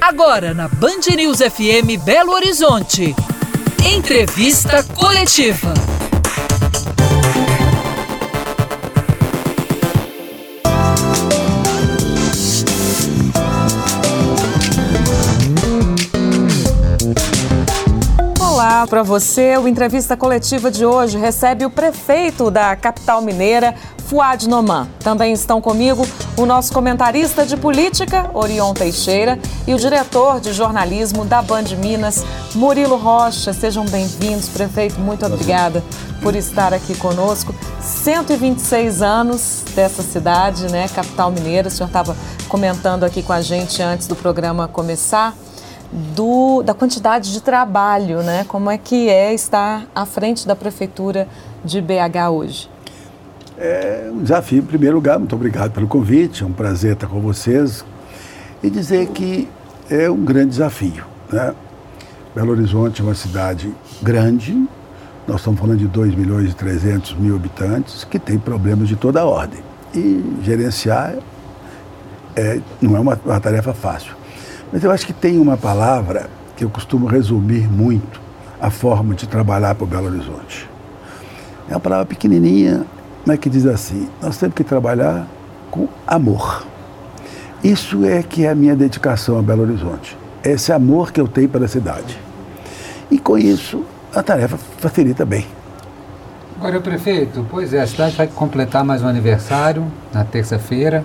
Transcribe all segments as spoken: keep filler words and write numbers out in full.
Agora na Band News F M Belo Horizonte. Entrevista coletiva. Olá para você. O Entrevista Coletiva de hoje recebe o prefeito da capital mineira, Fouad Noman. Também estão comigo o nosso comentarista de política, Orion Teixeira, e o diretor de jornalismo da Band Minas, Murilo Rocha. Sejam bem-vindos, prefeito. Muito obrigada por estar aqui conosco. cento e vinte e seis anos dessa cidade, né, capital mineira. O senhor estava comentando aqui com a gente antes do programa começar. Do, da quantidade de trabalho, né? Como é que é estar à frente da Prefeitura de B H hoje? É um desafio, em primeiro lugar. Muito obrigado pelo convite, é um prazer estar com vocês. E dizer que é um grande desafio, né? Belo Horizonte é uma cidade grande, nós estamos falando de dois milhões e trezentos mil habitantes, que tem problemas de toda a ordem. E gerenciar é, não é uma, uma tarefa fácil. Mas eu acho que tem uma palavra que eu costumo resumir muito a forma de trabalhar para o Belo Horizonte. É uma palavra pequenininha, mas que diz assim: nós temos que trabalhar com amor. Isso é que é a minha dedicação a Belo Horizonte. Esse amor que eu tenho para a cidade. E com isso, a tarefa facilita bem. Agora, prefeito, pois é, a cidade vai completar mais um aniversário na terça-feira,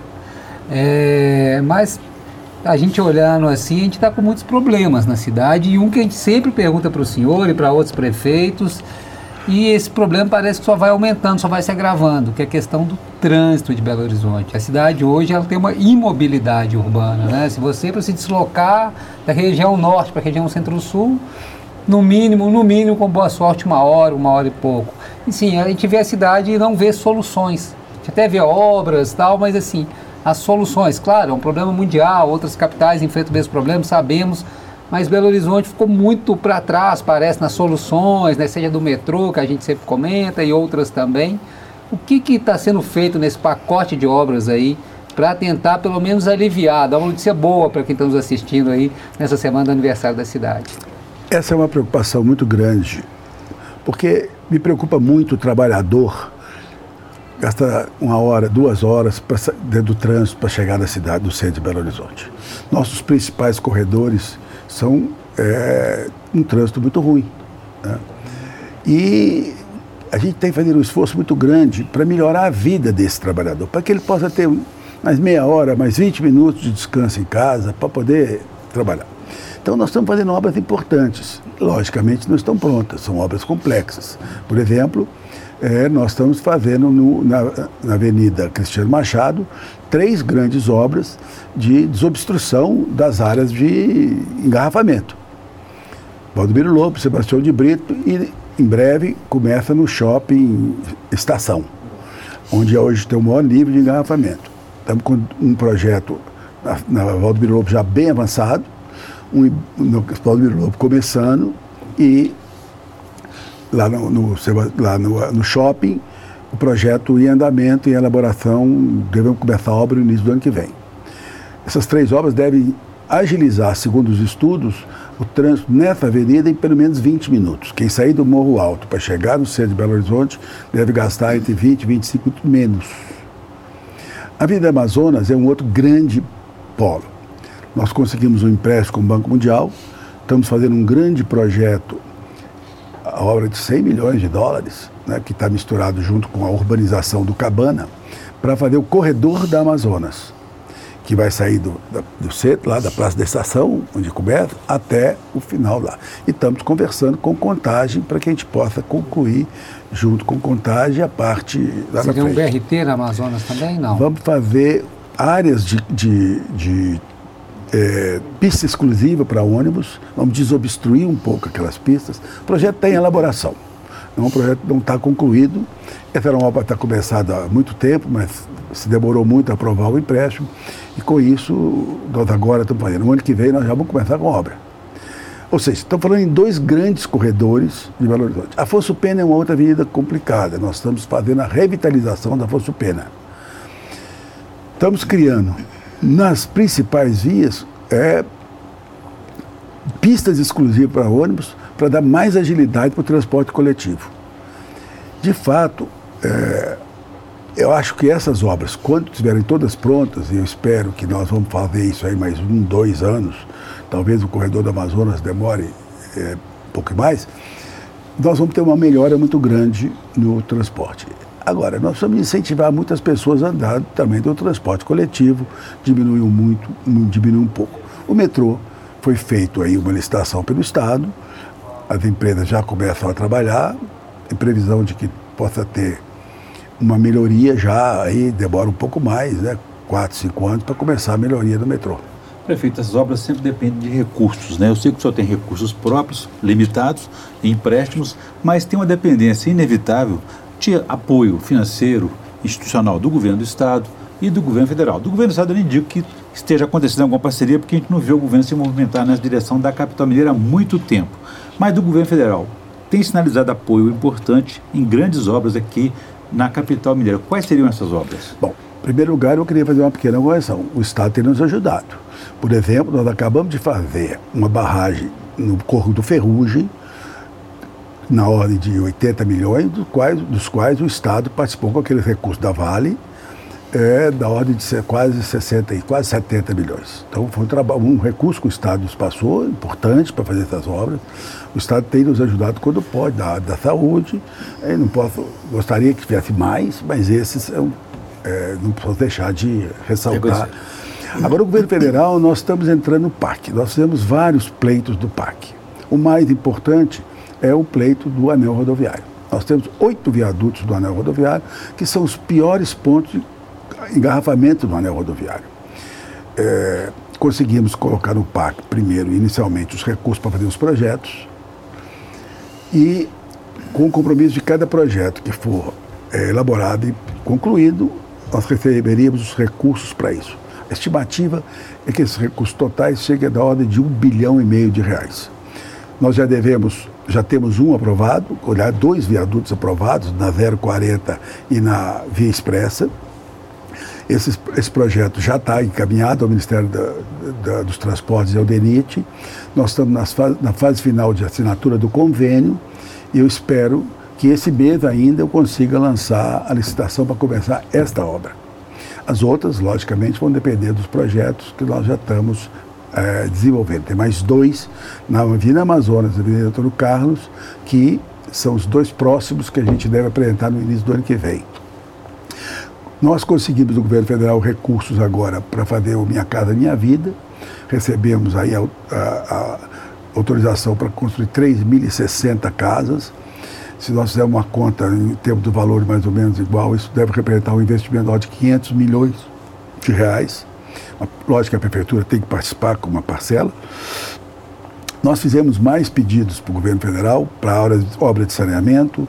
é, mas... a gente olhando assim, a gente está com muitos problemas na cidade, e um que a gente sempre pergunta para o senhor e para outros prefeitos, e esse problema parece que só vai aumentando, só vai se agravando, que é a questão do trânsito de Belo Horizonte. A cidade hoje ela tem uma imobilidade urbana, né? Se você para se deslocar da região norte para a região centro-sul, no mínimo, no mínimo, com boa sorte, uma hora, uma hora e pouco. E sim, a gente vê a cidade e não vê soluções. A gente até vê obras e tal, mas assim... as soluções, claro, é um problema mundial, outras capitais enfrentam o mesmo problema, sabemos, mas Belo Horizonte ficou muito para trás, parece, nas soluções, né, seja do metrô, que a gente sempre comenta, e outras também. O que está sendo feito nesse pacote de obras aí, para tentar pelo menos aliviar, dar uma notícia boa para quem está nos assistindo aí, nessa semana do aniversário da cidade? Essa é uma preocupação muito grande, porque me preocupa muito o trabalhador gasta uma hora, duas horas pra, dentro do trânsito para chegar na cidade, do centro de Belo Horizonte. Nossos principais corredores são é, um trânsito muito ruim, né? E a gente tem que fazer um esforço muito grande para melhorar a vida desse trabalhador, para que ele possa ter mais meia hora, mais vinte minutos de descanso em casa, para poder trabalhar. Então nós estamos fazendo obras importantes. Logicamente não estão prontas, são obras complexas. Por exemplo, É, nós estamos fazendo no, na, na Avenida Cristiano Machado três grandes obras de desobstrução das áreas de engarrafamento. Valdomiro Lobo, Sebastião de Brito, e em breve começa no Shopping Estação, onde hoje tem o maior nível de engarrafamento. Estamos com um projeto na, na Valdomiro Lobo já bem avançado, um no Valdomiro Lobo começando, e Lá, no, no, lá no, no shopping, o projeto em andamento, em elaboração, devemos começar a obra no início do ano que vem. Essas três obras devem agilizar, segundo os estudos, o trânsito nessa avenida em pelo menos vinte minutos. Quem sair do Morro Alto para chegar no centro de Belo Horizonte deve gastar entre vinte e vinte e cinco minutos menos. A Avenida Amazonas é um outro grande polo. Nós conseguimos um empréstimo com o Banco Mundial, estamos fazendo um grande projeto, a obra de cem milhões de dólares, né, que está misturado junto com a urbanização do Cabana, para fazer o corredor da Amazonas, que vai sair do, da, do centro, lá da Praça da Estação, onde começa, até o final lá. E estamos conversando com Contagem para que a gente possa concluir, junto com Contagem, a parte lá na frente. Seria um B R T na Amazonas também, não? Vamos fazer áreas de... de, de É, pista exclusiva para ônibus, vamos desobstruir um pouco aquelas pistas. O projeto está em elaboração, é um projeto que não está concluído. Essa era uma obra que está começada há muito tempo, mas se demorou muito a aprovar o empréstimo, e com isso, nós agora estamos fazendo. No ano que vem nós já vamos começar com a obra. Ou seja, estamos falando em dois grandes corredores de Belo Horizonte. A Afonso Pena é uma outra avenida complicada, nós estamos fazendo a revitalização da Afonso Pena. Estamos criando nas principais vias é, pistas exclusivas para ônibus, para dar mais agilidade para o transporte coletivo. De fato, é, eu acho que essas obras, quando estiverem todas prontas, e eu espero que nós vamos fazer isso aí mais um, dois anos, talvez o corredor do Amazonas demore é, um pouco mais, nós vamos ter uma melhora muito grande no transporte. Agora, nós precisamos incentivar muitas pessoas a andar também do transporte coletivo, diminuiu muito, diminuiu um pouco. O metrô foi feito aí uma licitação pelo Estado, as empresas já começam a trabalhar, em previsão de que possa ter uma melhoria já, aí demora um pouco mais, né? Quatro, cinco anos para começar a melhoria do metrô. Prefeito, essas obras sempre dependem de recursos, né? Eu sei que o senhor tem recursos próprios, limitados, empréstimos, mas tem uma dependência inevitável de apoio financeiro, institucional do governo do Estado e do governo federal. Do governo do Estado eu nem digo que esteja acontecendo alguma parceria, porque a gente não vê o governo se movimentar nessa direção da capital mineira há muito tempo. Mas do governo federal, tem sinalizado apoio importante em grandes obras aqui na capital mineira. Quais seriam essas obras? Bom, em primeiro lugar, eu queria fazer uma pequena correção. O Estado tem nos ajudado. Por exemplo, nós acabamos de fazer uma barragem no Corro do Ferrugem, na ordem de oitenta milhões, dos quais, dos quais o Estado participou com aqueles recursos da Vale, é, da ordem de ser quase sessenta, quase setenta milhões. Então foi um, trabalho, um recurso que o Estado nos passou, importante para fazer essas obras. O Estado tem nos ajudado quando pode, da, da saúde. Eu não posso, gostaria que tivesse mais, mas esses é, é, não posso deixar de ressaltar. Agora, o governo federal, nós estamos entrando no P A C. Nós fizemos vários pleitos do P A C. O mais importante é o pleito do anel rodoviário. Nós temos oito viadutos do anel rodoviário, que são os piores pontos de engarrafamento do anel rodoviário. É, conseguimos colocar no P A C, primeiro, inicialmente, os recursos para fazer os projetos e, com o compromisso de cada projeto que for é, elaborado e concluído, nós receberíamos os recursos para isso. A estimativa é que esses recursos totais cheguem da ordem de um bilhão e meio de reais. Nós já devemos, já temos um aprovado, olhar dois viadutos aprovados, na zero quarenta e na Via Expressa. Esse, esse projeto já está encaminhado ao Ministério da, da, dos Transportes e ao DENIT. Nós estamos nas fase, na fase final de assinatura do convênio e eu espero que esse mês ainda eu consiga lançar a licitação para começar esta obra. As outras, logicamente, vão depender dos projetos que nós já estamos é, desenvolvendo. Tem mais dois na Avenida Amazonas e na Avenida Antônio Carlos, que são os dois próximos que a gente deve apresentar no início do ano que vem. Nós conseguimos do governo federal recursos agora para fazer o Minha Casa Minha Vida. Recebemos aí a, a, a autorização para construir três mil e sessenta casas. Se nós fizermos uma conta em termos do valor mais ou menos igual, isso deve representar um investimento de quinhentos milhões de reais. Lógico que a prefeitura tem que participar com uma parcela. Nós fizemos mais pedidos para o governo federal, para obras de saneamento,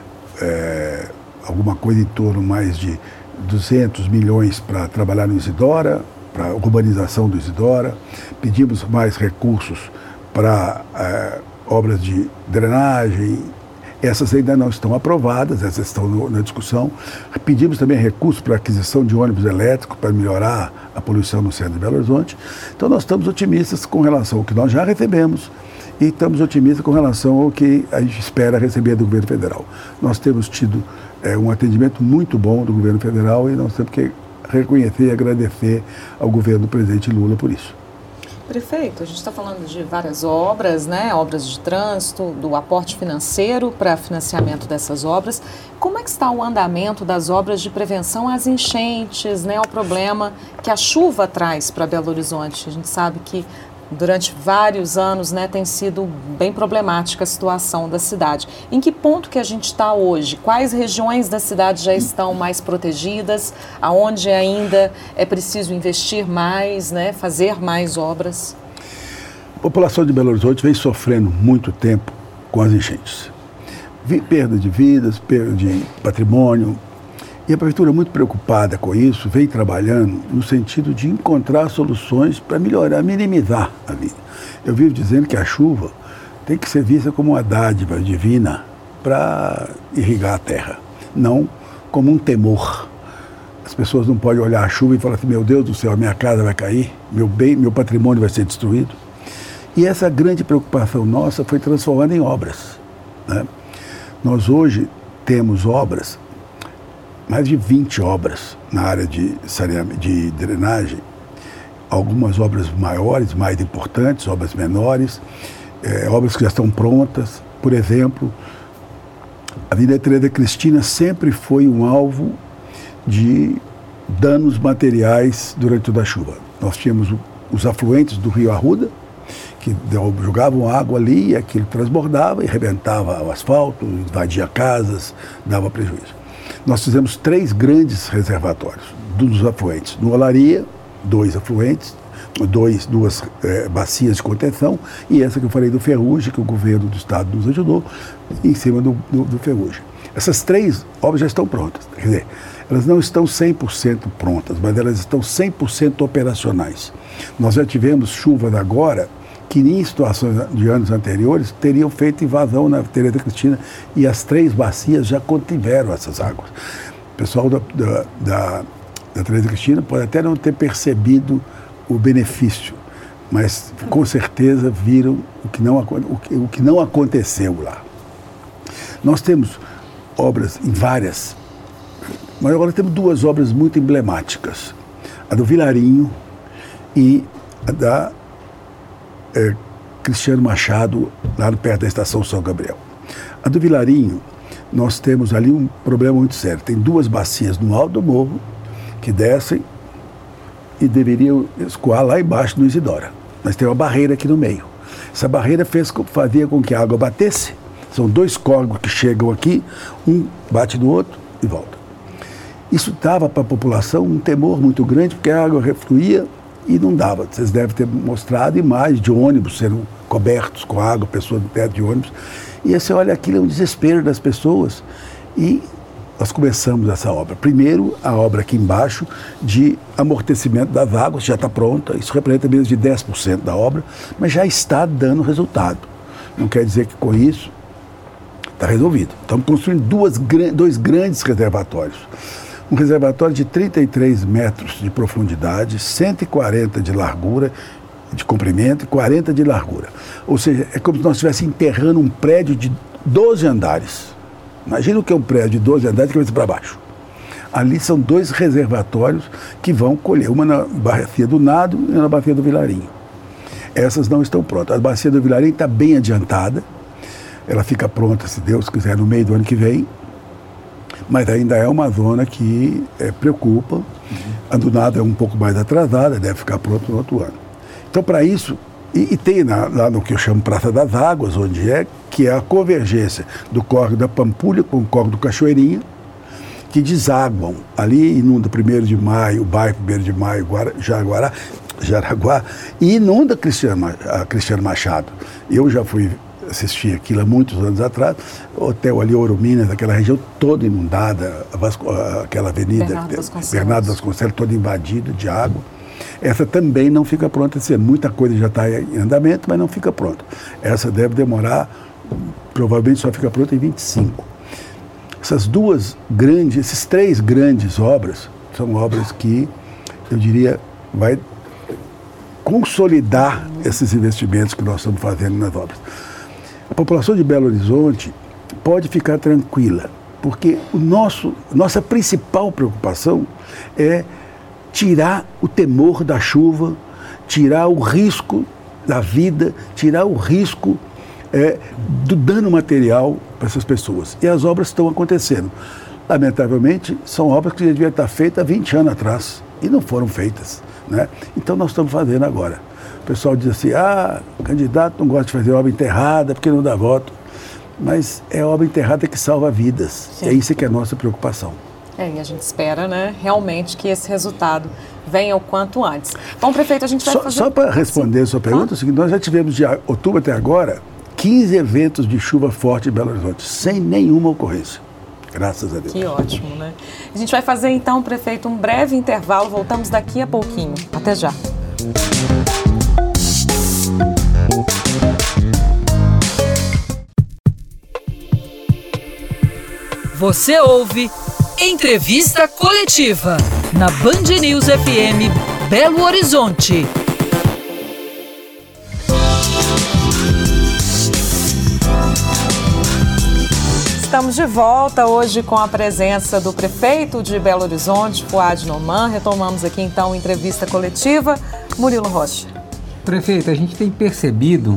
é, alguma coisa em torno mais de duzentos milhões para trabalhar no Isidora, para a urbanização do Isidora. Pedimos mais recursos para é, obras de drenagem. Essas ainda não estão aprovadas, essas estão no, na discussão. Pedimos também recursos para aquisição de ônibus elétricos para melhorar a poluição no centro de Belo Horizonte. Então nós estamos otimistas com relação ao que nós já recebemos e estamos otimistas com relação ao que a gente espera receber do governo federal. Nós temos tido é, um atendimento muito bom do governo federal e nós temos que reconhecer e agradecer ao governo do presidente Lula por isso. Prefeito, a gente está falando de várias obras, né? Obras de trânsito, do aporte financeiro para financiamento dessas obras. Como é que está o andamento das obras de prevenção às enchentes, né? Ao problema que a chuva traz para Belo Horizonte? A gente sabe que durante vários anos, né, tem sido bem problemática a situação da cidade. Em que ponto que a gente está hoje? Quais regiões da cidade já estão mais protegidas? Aonde ainda é preciso investir mais, né, fazer mais obras? A população de Belo Horizonte vem sofrendo muito tempo com as enchentes. Perda de vidas, perda de patrimônio. E a prefeitura, muito preocupada com isso, vem trabalhando no sentido de encontrar soluções para melhorar, minimizar a vida. Eu vivo dizendo que a chuva tem que ser vista como uma dádiva divina para irrigar a terra, não como um temor. As pessoas não podem olhar a chuva e falar assim, meu Deus do céu, a minha casa vai cair, meu bem, meu patrimônio vai ser destruído. E essa grande preocupação nossa foi transformada em obras, né? Nós hoje temos obras, mais de vinte obras na área de saneamento, de drenagem, algumas obras maiores, mais importantes, obras menores, é, obras que já estão prontas. Por exemplo, a Avenida Tereza Cristina sempre foi um alvo de danos materiais durante toda a chuva. Nós tínhamos os afluentes do Rio Arruda, que jogavam água ali e aquilo transbordava e rebentava o asfalto, invadia casas, dava prejuízo. Nós fizemos três grandes reservatórios dos afluentes. No Olaria, dois afluentes, dois, duas é, bacias de contenção, e essa que eu falei do Ferrugem, que o governo do estado nos ajudou, em cima do, do, do Ferrugem. Essas três obras já estão prontas. Quer dizer, elas não estão cem por cento prontas, mas elas estão cem por cento operacionais. Nós já tivemos chuvas agora que em situações de anos anteriores teriam feito invasão na Tereza Cristina, e as três bacias já contiveram essas águas. O pessoal da, da, da, da Tereza Cristina pode até não ter percebido o benefício, mas com certeza viram o que não, o que, o que não aconteceu lá. Nós temos obras em várias, mas agora temos duas obras muito emblemáticas, a do Vilarinho e a da É, Cristiano Machado, lá perto da estação São Gabriel. A do Vilarinho, nós temos ali um problema muito sério. Tem duas bacias no alto do morro que descem e deveriam escoar lá embaixo no Isidora. Mas tem uma barreira aqui no meio. Essa barreira fez, fazia com que a água batesse. São dois córregos que chegam aqui, um bate no outro e volta. Isso dava para a população um temor muito grande, porque a água refluía e não dava. Vocês devem ter mostrado imagens de ônibus sendo cobertos com água, pessoas perto de ônibus. E aí você olha aquilo, é um desespero das pessoas. E nós começamos essa obra. Primeiro, a obra aqui embaixo de amortecimento das águas, já está pronta. Isso representa menos de dez por cento da obra, mas já está dando resultado. Não quer dizer que com isso está resolvido. Estamos construindo duas, dois grandes reservatórios. Um reservatório de trinta e três metros de profundidade, cento e quarenta de largura, de comprimento e quarenta de largura. Ou seja, é como se nós estivéssemos enterrando um prédio de doze andares. Imagina o que é um prédio de doze andares que vai para baixo. Ali são dois reservatórios que vão colher, uma na bacia do Nado e na bacia do Vilarinho. Essas não estão prontas. A bacia do Vilarinho está bem adiantada. Ela fica pronta, se Deus quiser, no meio do ano que vem. Mas ainda é uma zona que é, preocupa. Uhum. A do Nado é um pouco mais atrasada, deve ficar pronto no outro ano. Então, para isso, e, e tem na, lá no que eu chamo Praça das Águas, onde é, que é a convergência do córrego da Pampulha com o córrego do Cachoeirinha, que desaguam. Ali inunda primeiro de maio, o bairro primeiro de maio, Guara, Jaguará, Jaraguá, e inunda Cristiano, a Cristiano Machado. Eu já fui assisti aquilo há muitos anos atrás, o hotel ali, Ouro Minas, aquela região toda inundada, Vasco, aquela avenida, Bernardo Vasconcelos. Bernardo Vasconcelos, toda invadida de água. Essa também não fica pronta esse ano. Muita coisa já está em andamento, mas não fica pronta. Essa deve demorar, provavelmente só fica pronta em vinte e cinco. Essas duas grandes, esses três grandes obras, são obras que, eu diria, vai consolidar esses investimentos que nós estamos fazendo nas obras. A população de Belo Horizonte pode ficar tranquila, porque o nosso, nossa principal preocupação é tirar o temor da chuva, tirar o risco da vida, tirar o risco é, do dano material para essas pessoas. E as obras estão acontecendo. Lamentavelmente, são obras que deviam estar feitas há vinte anos atrás e não foram feitas, né? Então nós estamos fazendo agora. O pessoal diz assim, ah, o candidato não gosta de fazer obra enterrada porque não dá voto. Mas é obra enterrada que salva vidas. Sim. É isso que é a nossa preocupação. É, e a gente espera, né, realmente que esse resultado venha o quanto antes. Bom, prefeito, a gente vai só, fazer... Só para responder a sua pergunta, ah? é o seguinte, nós já tivemos de outubro até agora quinze eventos de chuva forte em Belo Horizonte, sem nenhuma ocorrência. Graças a Deus. Que ótimo, né? A gente vai fazer então, prefeito, um breve intervalo. Voltamos daqui a pouquinho. Até já. Você ouve Entrevista Coletiva na Band News F M Belo Horizonte. estamos de volta hoje com a presença do prefeito de Belo Horizonte, Fouad Noman. Retomamos aqui então a entrevista coletiva. Murilo Rocha. Prefeito, a gente tem percebido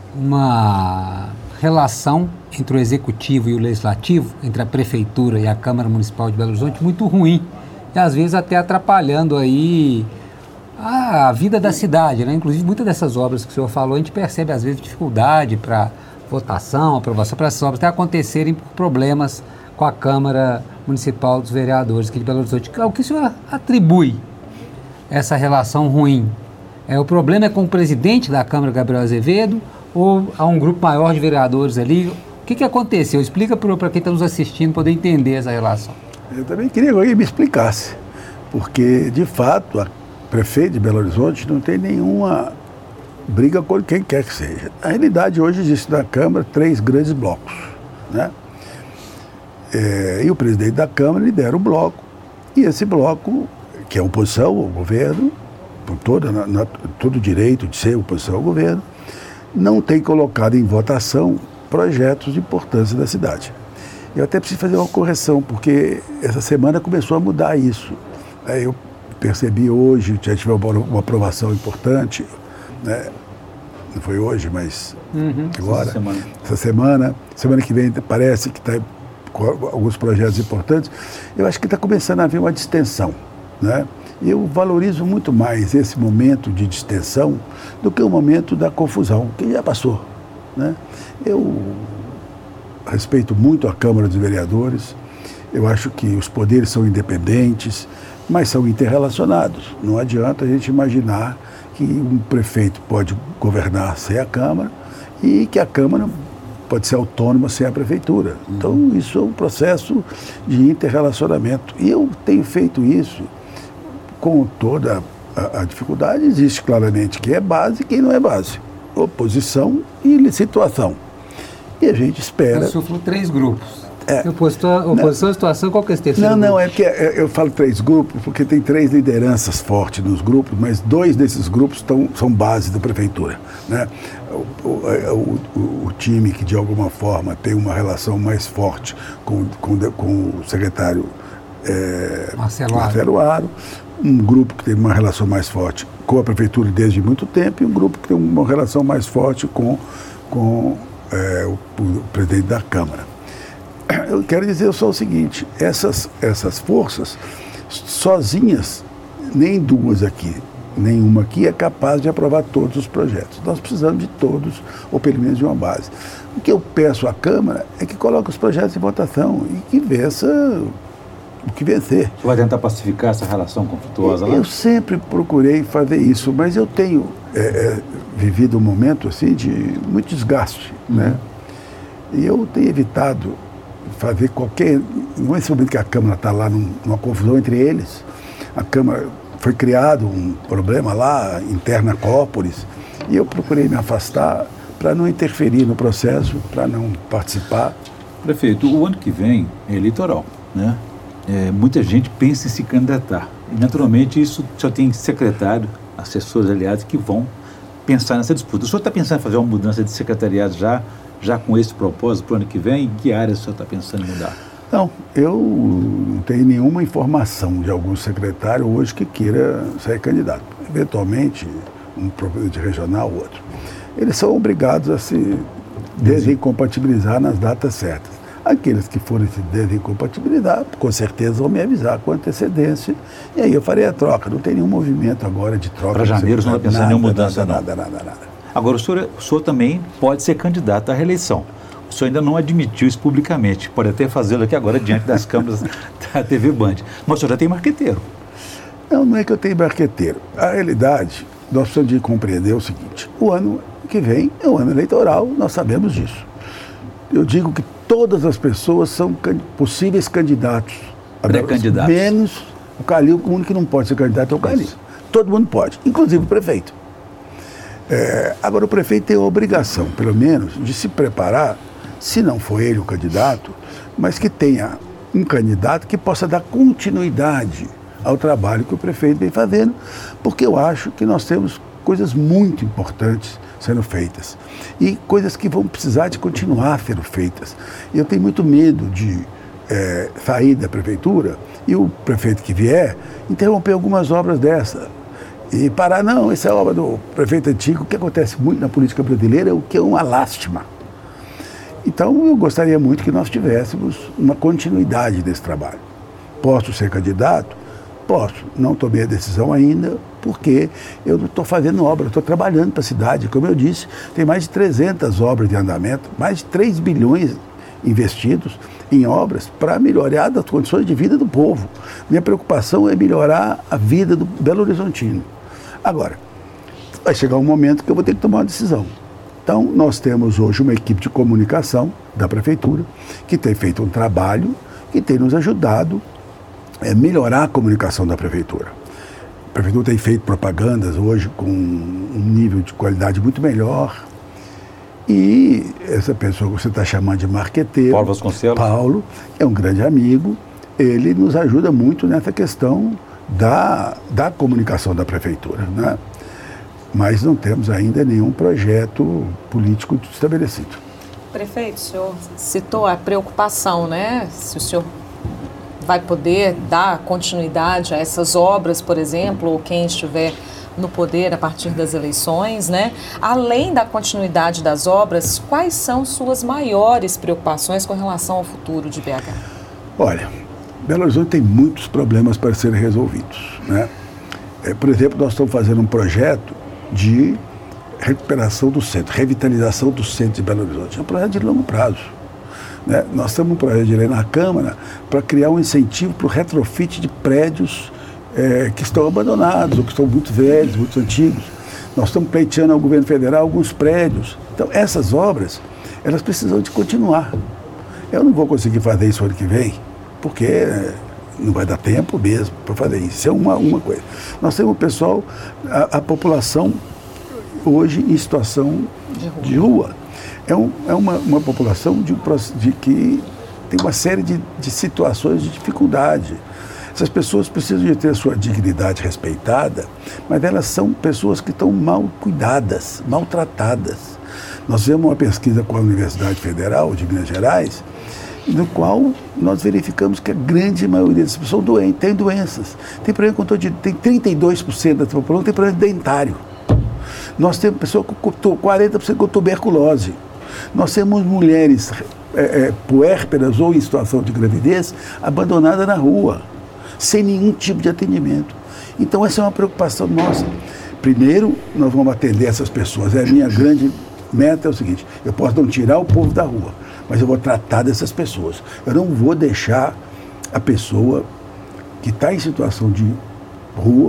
uma relação entre o Executivo e o Legislativo, entre a Prefeitura e a Câmara Municipal de Belo Horizonte, muito ruim. E às vezes até atrapalhando aí a vida da cidade, né? Inclusive muitas dessas obras que o senhor falou, a gente percebe às vezes dificuldade para votação, aprovação para essas obras até acontecerem por problemas com a Câmara Municipal dos Vereadores aqui de Belo Horizonte. O que o senhor atribui essa relação ruim? É, o problema é com o presidente da Câmara, Gabriel Azevedo, ou há um grupo maior de vereadores ali? O que, que aconteceu? Explica para quem está nos assistindo poder entender essa relação. Eu também queria que alguém me explicasse, porque de fato a prefeita de Belo Horizonte não tem nenhuma briga com quem quer que seja. Na realidade, hoje existe na Câmara três grandes blocos, né? É, e o presidente da Câmara lidera o bloco, e esse bloco, que é oposição ao governo, por toda, na, na, todo o direito de ser oposição ao governo, não tem colocado em votação projetos de importância da cidade. Eu até preciso fazer uma correção, porque essa semana começou a mudar isso. Aí eu percebi hoje, já tive uma, uma aprovação importante, né? Não foi hoje, mas uhum, agora, essa semana. essa semana, semana que vem parece que está com alguns projetos importantes. Eu acho que está começando a haver uma distensão, né? Eu valorizo muito mais esse momento de distensão do que o momento da confusão, que já passou, né? Eu respeito muito a Câmara dos Vereadores, eu acho que os poderes são independentes, mas são interrelacionados. Não adianta a gente imaginar que um prefeito pode governar sem a Câmara e que a Câmara pode ser autônoma sem a Prefeitura. Então, isso é um processo de interrelacionamento. E eu tenho feito isso com toda a, a dificuldade. Existe claramente quem é base e quem não é base. Oposição e situação. E a gente espera... O senhor falou três grupos. É, oposição, oposição à situação, qual que é esse terceiro Não, grupo? não, é porque eu falo três grupos, porque tem três lideranças fortes nos grupos, mas dois desses grupos tão, são base da prefeitura, né? O, o, o, o time que, de alguma forma, tem uma relação mais forte com, com, com o secretário é, Marcelo, Marcelo Aro, um grupo que tem uma relação mais forte com a prefeitura desde muito tempo e um grupo que tem uma relação mais forte com, com é, o, o presidente da Câmara. Eu quero dizer só o seguinte, essas, essas forças, sozinhas, nem duas aqui, nenhuma aqui é capaz de aprovar todos os projetos. Nós precisamos de todos, ou pelo menos de uma base. O que eu peço à Câmara é que coloque os projetos em votação e que vença o que vencer. Você vai tentar pacificar essa relação conflituosa lá? Eu sempre procurei fazer isso, mas eu tenho é, é, vivido um momento assim, de muito desgaste, uhum. né? E eu tenho evitado fazer qualquer... Não é esse momento que a Câmara está lá num, numa confusão entre eles. A Câmara foi criado um problema lá, interna a Cópolis, e eu procurei me afastar para não interferir no processo, para não participar. Prefeito, o ano que vem é eleitoral, né? É, muita gente pensa em se candidatar. E, naturalmente, isso só tem secretário, assessores, aliados, que vão pensar nessa disputa. O senhor está pensando em fazer uma mudança de secretariado já, já com esse propósito para o ano que vem? Em que área o senhor está pensando em mudar? Não, eu não tenho nenhuma informação de algum secretário hoje que queira ser candidato. Eventualmente, um presidente regional ou outro. Eles são obrigados a se desincompatibilizar nas datas certas. Aqueles que forem se desincompatibilizar, com certeza vão me avisar com antecedência, e aí eu farei a troca. Não tem nenhum movimento agora de troca. Para janeiro você não está pensando em nenhuma mudança, nada, não? Nada, nada, nada. Agora, o senhor, o senhor também pode ser candidato à reeleição. O senhor ainda não admitiu isso publicamente. Pode até fazê-lo aqui agora diante das câmeras da T V Band. Mas o senhor já tem marqueteiro. Não, não é que eu tenho marqueteiro. A realidade, nós precisamos de compreender o seguinte. O ano que vem é o ano eleitoral, nós sabemos disso. Eu digo que todas as pessoas são possíveis candidatos. Pré-candidatos. Menos o Calil, o único que não pode ser candidato é o Calil. Todo mundo pode, inclusive o prefeito. É, agora, o prefeito tem a obrigação, pelo menos, de se preparar, se não for ele o candidato, mas que tenha um candidato que possa dar continuidade ao trabalho que o prefeito vem fazendo, porque eu acho que nós temos coisas muito importantes sendo feitas. E coisas que vão precisar de continuar sendo feitas. E eu tenho muito medo de é, sair da prefeitura e o prefeito que vier interromper algumas obras dessa. E parar, não, essa é a obra do prefeito antigo. O que acontece muito na política brasileira, o que é uma lástima. Então, eu gostaria muito que nós tivéssemos uma continuidade desse trabalho. Posso ser candidato? Posso. Não tomei a decisão ainda, porque eu não estou fazendo obra, estou trabalhando para a cidade. Como eu disse, tem mais de trezentas obras de andamento, mais de três bilhões investidos em obras para melhorar as condições de vida do povo. Minha preocupação é melhorar a vida do Belo Horizontino. Agora, vai chegar um momento que eu vou ter que tomar uma decisão. Então, nós temos hoje uma equipe de comunicação da prefeitura que tem feito um trabalho que tem nos ajudado a melhorar a comunicação da prefeitura. A prefeitura tem feito propagandas hoje com um nível de qualidade muito melhor. E essa pessoa que você está chamando de marqueteiro, Paulo Vasconcelos, Paulo, é um grande amigo, ele nos ajuda muito nessa questão da, da comunicação da prefeitura, né? Mas não temos ainda nenhum projeto político estabelecido. Prefeito, o senhor citou a preocupação, né? Se o senhor vai poder dar continuidade a essas obras, por exemplo, ou quem estiver no poder a partir das eleições, né? Além da continuidade das obras, quais são suas maiores preocupações com relação ao futuro de B H? Olha, Belo Horizonte tem muitos problemas para serem resolvidos, né? É, por exemplo, nós estamos fazendo um projeto de recuperação do centro, revitalização do centro de Belo Horizonte. É um projeto de longo prazo, né? Nós temos um projeto de lei na Câmara para criar um incentivo para o retrofit de prédios é, que estão abandonados, ou que estão muito velhos, muito antigos. Nós estamos pleiteando ao governo federal alguns prédios. Então, essas obras, elas precisam de continuar. Eu não vou conseguir fazer isso ano que vem, porque é, não vai dar tempo mesmo para fazer isso. Isso é uma, uma coisa. Nós temos o pessoal, a, a população hoje em situação de rua. De rua. É, um, é uma, uma população de, de que tem uma série de, de situações de dificuldade. Essas pessoas precisam de ter a sua dignidade respeitada, mas elas são pessoas que estão mal cuidadas, maltratadas. Nós fizemos uma pesquisa com a Universidade Federal de Minas Gerais, no qual nós verificamos que a grande maioria das pessoas doentes, tem doenças. Tem problema com de, tem trinta e dois por cento da população tem problema dentário. Nós temos pessoas com quarenta por cento com tuberculose. Nós temos mulheres é, é, puérperas ou em situação de gravidez abandonadas na rua, sem nenhum tipo de atendimento. Então essa é uma preocupação nossa. Primeiro, nós vamos atender essas pessoas. É a minha grande meta é o seguinte: eu posso não tirar o povo da rua, mas eu vou tratar dessas pessoas. Eu não vou deixar a pessoa que está em situação de rua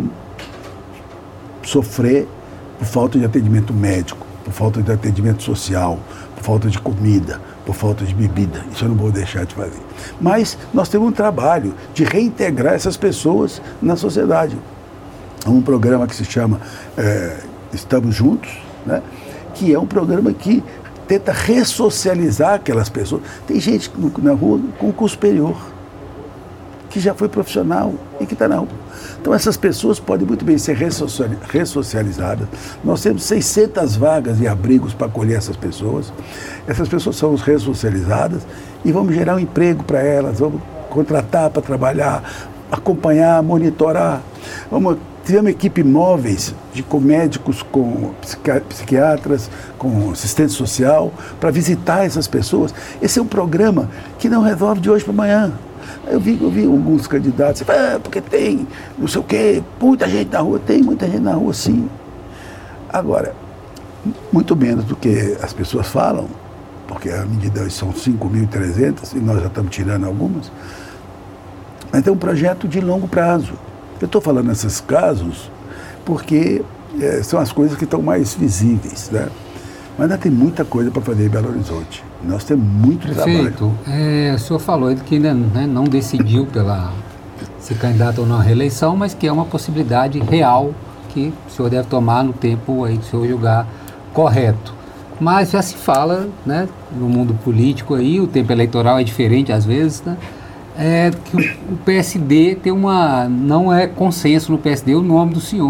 sofrer por falta de atendimento médico, por falta de atendimento social, por falta de comida, por falta de bebida. Isso eu não vou deixar de fazer. Mas nós temos um trabalho de reintegrar essas pessoas na sociedade. Há um programa que se chama é, Estamos Juntos, né? Que é um programa que tenta ressocializar aquelas pessoas. Tem gente na rua com curso superior, que já foi profissional e que está na rua. Então essas pessoas podem muito bem ser ressocializadas. Nós temos seiscentas vagas e abrigos para acolher essas pessoas. Essas pessoas são ressocializadas e vamos gerar um emprego para elas, vamos contratar para trabalhar, acompanhar, monitorar. Vamos Tivemos equipe móveis de, com médicos, com psiquiatras, com assistente social, para visitar essas pessoas. Esse é um programa que não resolve de hoje para amanhã. Eu vi, eu vi alguns candidatos, ah, porque tem não sei o quê, muita gente na rua. Tem muita gente na rua, sim. Agora, muito menos do que as pessoas falam, porque a medida são cinco mil e trezentas e nós já estamos tirando algumas, mas é um projeto de longo prazo. Eu estou falando nesses casos porque é, são as coisas que estão mais visíveis, né? Mas ainda tem muita coisa para fazer em Belo Horizonte. Nós temos muito Prefeito, trabalho. É, o senhor falou que ainda né, não decidiu pela se candidato ou não à reeleição, mas que é uma possibilidade real que o senhor deve tomar no tempo aí que o senhor julgar correto. Mas já se fala, né, no mundo político aí, o tempo eleitoral é diferente às vezes, né? É que o, o P S D tem uma, não é consenso no P S D o nome do senhor.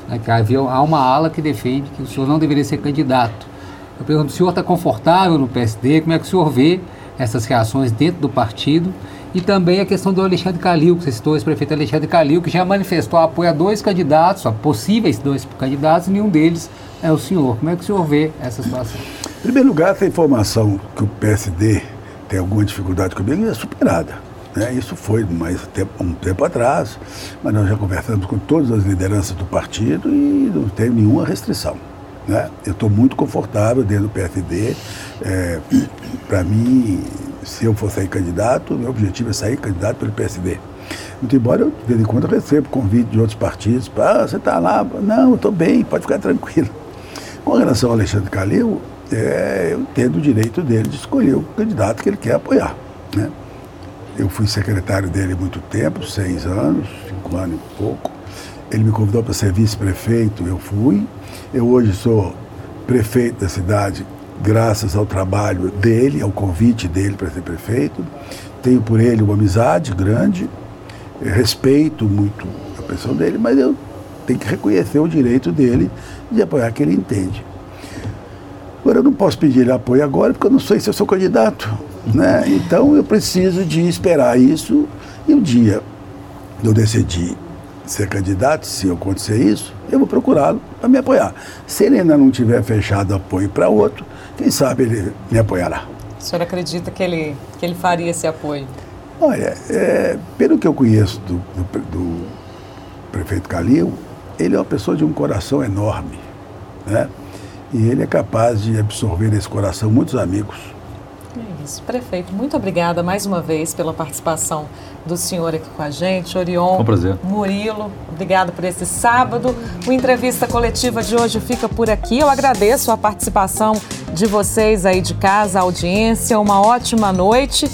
Havia, há uma ala que defende que o senhor não deveria ser candidato. Eu pergunto, o senhor está confortável no P S D? Como é que o senhor vê essas reações dentro do partido? E também a questão do Alexandre Calil, que você citou, esse prefeito Alexandre Calil, que já manifestou apoio a dois candidatos, a possíveis dois candidatos, e nenhum deles é o senhor. Como é que o senhor vê essa situação? Em primeiro lugar, essa informação que o P S D tem alguma dificuldade comigo é superada. Né? Isso foi mais tempo, um tempo atrás, mas nós já conversamos com todas as lideranças do partido e não tem nenhuma restrição. Né? Eu estou muito confortável dentro do P S D. É, Para mim, se eu for sair candidato, meu objetivo é sair candidato pelo P S D. Muito embora eu, de vez em quando, eu recebo convite de outros partidos. Ah, você está lá? Não, eu estou bem, pode ficar tranquilo. Com relação ao Alexandre Calil, é, eu entendo o direito dele de escolher o candidato que ele quer apoiar. Né? Eu fui secretário dele há muito tempo, seis anos, cinco anos e pouco. Ele me convidou para ser vice-prefeito, eu fui. Eu hoje sou prefeito da cidade graças ao trabalho dele, ao convite dele para ser prefeito. Tenho por ele uma amizade grande, respeito muito a pessoa dele, mas eu tenho que reconhecer o direito dele de apoiar quem ele entende. Agora, eu não posso pedir ele apoio agora, porque eu não sei se eu sou candidato, né? Então, eu preciso de esperar isso, e o dia eu decidir ser candidato, se acontecer isso, eu vou procurá-lo para me apoiar. Se ele ainda não tiver fechado apoio para outro, quem sabe ele me apoiará. O senhor acredita que ele, que ele faria esse apoio? Olha, é, pelo que eu conheço do, do, do prefeito Calil, ele é uma pessoa de um coração enorme, né? E ele é capaz de absorver nesse coração muitos amigos. É isso. Prefeito, muito obrigada mais uma vez pela participação do senhor aqui com a gente. Orion, um prazer. Murilo, obrigado por esse sábado. O Entrevista Coletiva de hoje fica por aqui. Eu agradeço a participação de vocês aí de casa, a audiência. Uma ótima noite.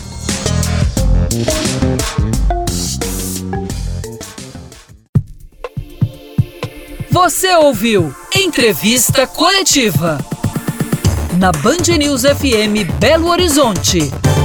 Você ouviu Entrevista Coletiva na Band News F M Belo Horizonte.